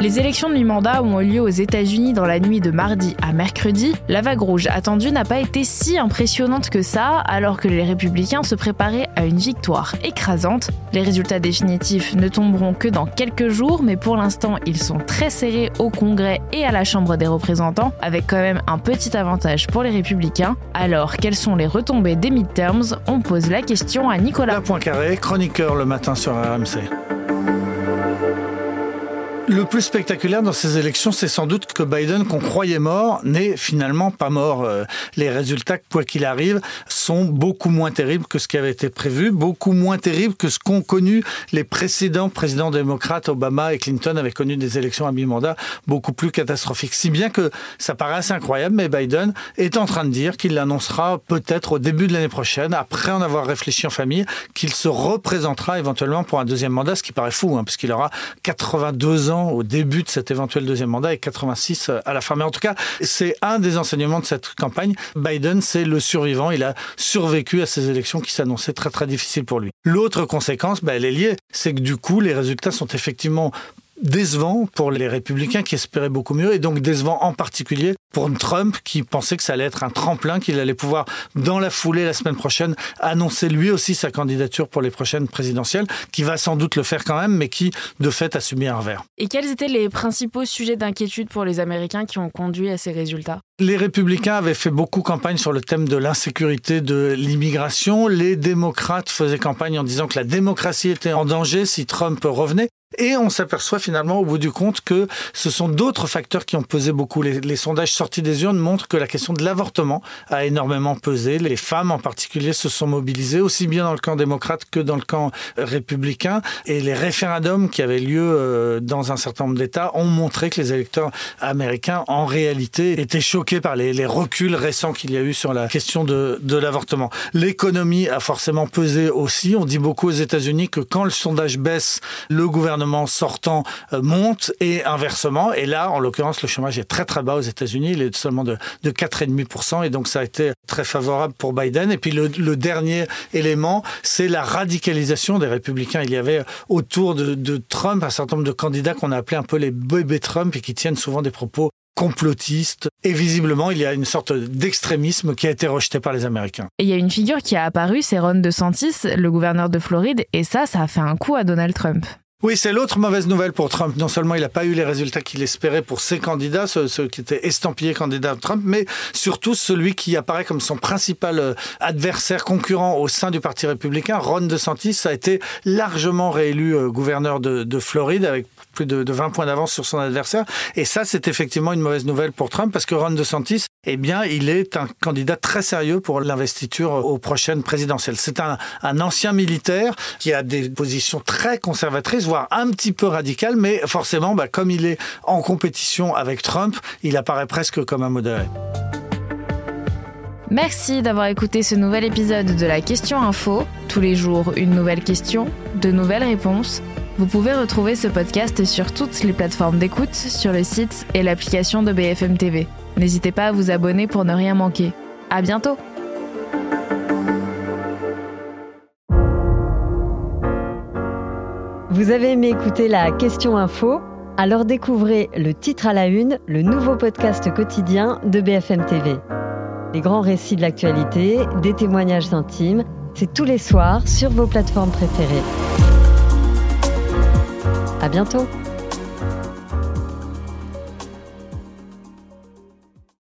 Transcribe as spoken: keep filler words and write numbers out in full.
Les élections de mi-mandat ont eu lieu aux États-Unis dans la nuit de mardi à mercredi. La vague rouge attendue n'a pas été si impressionnante que ça, alors que les républicains se préparaient à une victoire écrasante. Les résultats définitifs ne tomberont que dans quelques jours, mais pour l'instant, ils sont très serrés au Congrès et à la Chambre des représentants, avec quand même un petit avantage pour les républicains. Alors, quelles sont les retombées des midterms ? On pose la question à Nicolas Poincaré, chroniqueur le matin sur R M C. Le plus spectaculaire dans ces élections, c'est sans doute que Biden, qu'on croyait mort, n'est finalement pas mort. Les résultats, quoi qu'il arrive, sont beaucoup moins terribles que ce qui avait été prévu, beaucoup moins terribles que ce qu'ont connu les précédents présidents démocrates. Obama et Clinton avaient connu des élections à mi-mandat beaucoup plus catastrophiques. Si bien que ça paraît assez incroyable, mais Biden est en train de dire qu'il l'annoncera peut-être au début de l'année prochaine, après en avoir réfléchi en famille, qu'il se représentera éventuellement pour un deuxième mandat, ce qui paraît fou, hein, parce qu'il aura quatre-vingt-deux ans au début de cet éventuel deuxième mandat et quatre-vingt-six à la fin. Mais en tout cas, c'est un des enseignements de cette campagne. Biden, c'est le survivant. Il a survécu à ces élections qui s'annonçaient très très difficiles pour lui. L'autre conséquence, bah, elle est liée, c'est que du coup, les résultats sont effectivement décevant pour les républicains qui espéraient beaucoup mieux et donc décevant en particulier pour Trump qui pensait que ça allait être un tremplin, qu'il allait pouvoir dans la foulée la semaine prochaine annoncer lui aussi sa candidature pour les prochaines présidentielles, qui va sans doute le faire quand même, mais qui de fait a subi un revers. Et quels étaient les principaux sujets d'inquiétude pour les Américains qui ont conduit à ces résultats ? Les républicains avaient fait beaucoup campagne sur le thème de l'insécurité, de l'immigration. Les démocrates faisaient campagne en disant que la démocratie était en danger si Trump revenait. Et on s'aperçoit finalement au bout du compte que ce sont d'autres facteurs qui ont pesé beaucoup. Les, les sondages sortis des urnes montrent que la question de l'avortement a énormément pesé. Les femmes en particulier se sont mobilisées, aussi bien dans le camp démocrate que dans le camp républicain. Et les référendums qui avaient lieu dans un certain nombre d'États ont montré que les électeurs américains, en réalité, étaient choqués par les, les reculs récents qu'il y a eu sur la question de, de l'avortement. L'économie a forcément pesé aussi. On dit beaucoup aux États-Unis que quand le sondage baisse, le gouvernement sortant monte et inversement. Et là, en l'occurrence, le chômage est très très bas aux États-Unis. Il est seulement de, de quatre virgule cinq pour cent et donc ça a été très favorable pour Biden. Et puis le, le dernier élément, c'est la radicalisation des républicains. Il y avait autour de, de Trump un certain nombre de candidats qu'on a appelés un peu les bébés Trump et qui tiennent souvent des propos complotistes. Et visiblement, il y a une sorte d'extrémisme qui a été rejeté par les Américains. Et il y a une figure qui a apparu, c'est Ron DeSantis, le gouverneur de Floride. Et ça, ça a fait un coup à Donald Trump. Oui, c'est l'autre mauvaise nouvelle pour Trump. Non seulement il n'a pas eu les résultats qu'il espérait pour ses candidats, ceux, ceux qui étaient estampillés candidats de Trump, mais surtout celui qui apparaît comme son principal adversaire concurrent au sein du Parti républicain, Ron DeSantis, a été largement réélu gouverneur de, de Floride avec plus de, de vingt points d'avance sur son adversaire. Et ça, c'est effectivement une mauvaise nouvelle pour Trump parce que Ron DeSantis, eh bien, il est un candidat très sérieux pour l'investiture aux prochaines présidentielles. C'est un, un ancien militaire qui a des positions très conservatrices, voire un petit peu radicales, mais forcément, bah, comme il est en compétition avec Trump, il apparaît presque comme un modéré. Merci d'avoir écouté ce nouvel épisode de la Question Info. Tous les jours, une nouvelle question, de nouvelles réponses. Vous pouvez retrouver ce podcast sur toutes les plateformes d'écoute, sur le site et l'application de B F M T V. N'hésitez pas à vous abonner pour ne rien manquer. À bientôt! Vous avez aimé écouter la Question Info? Alors découvrez le titre à la une, le nouveau podcast quotidien de B F M T V. Les grands récits de l'actualité, des témoignages intimes, c'est tous les soirs sur vos plateformes préférées. À bientôt!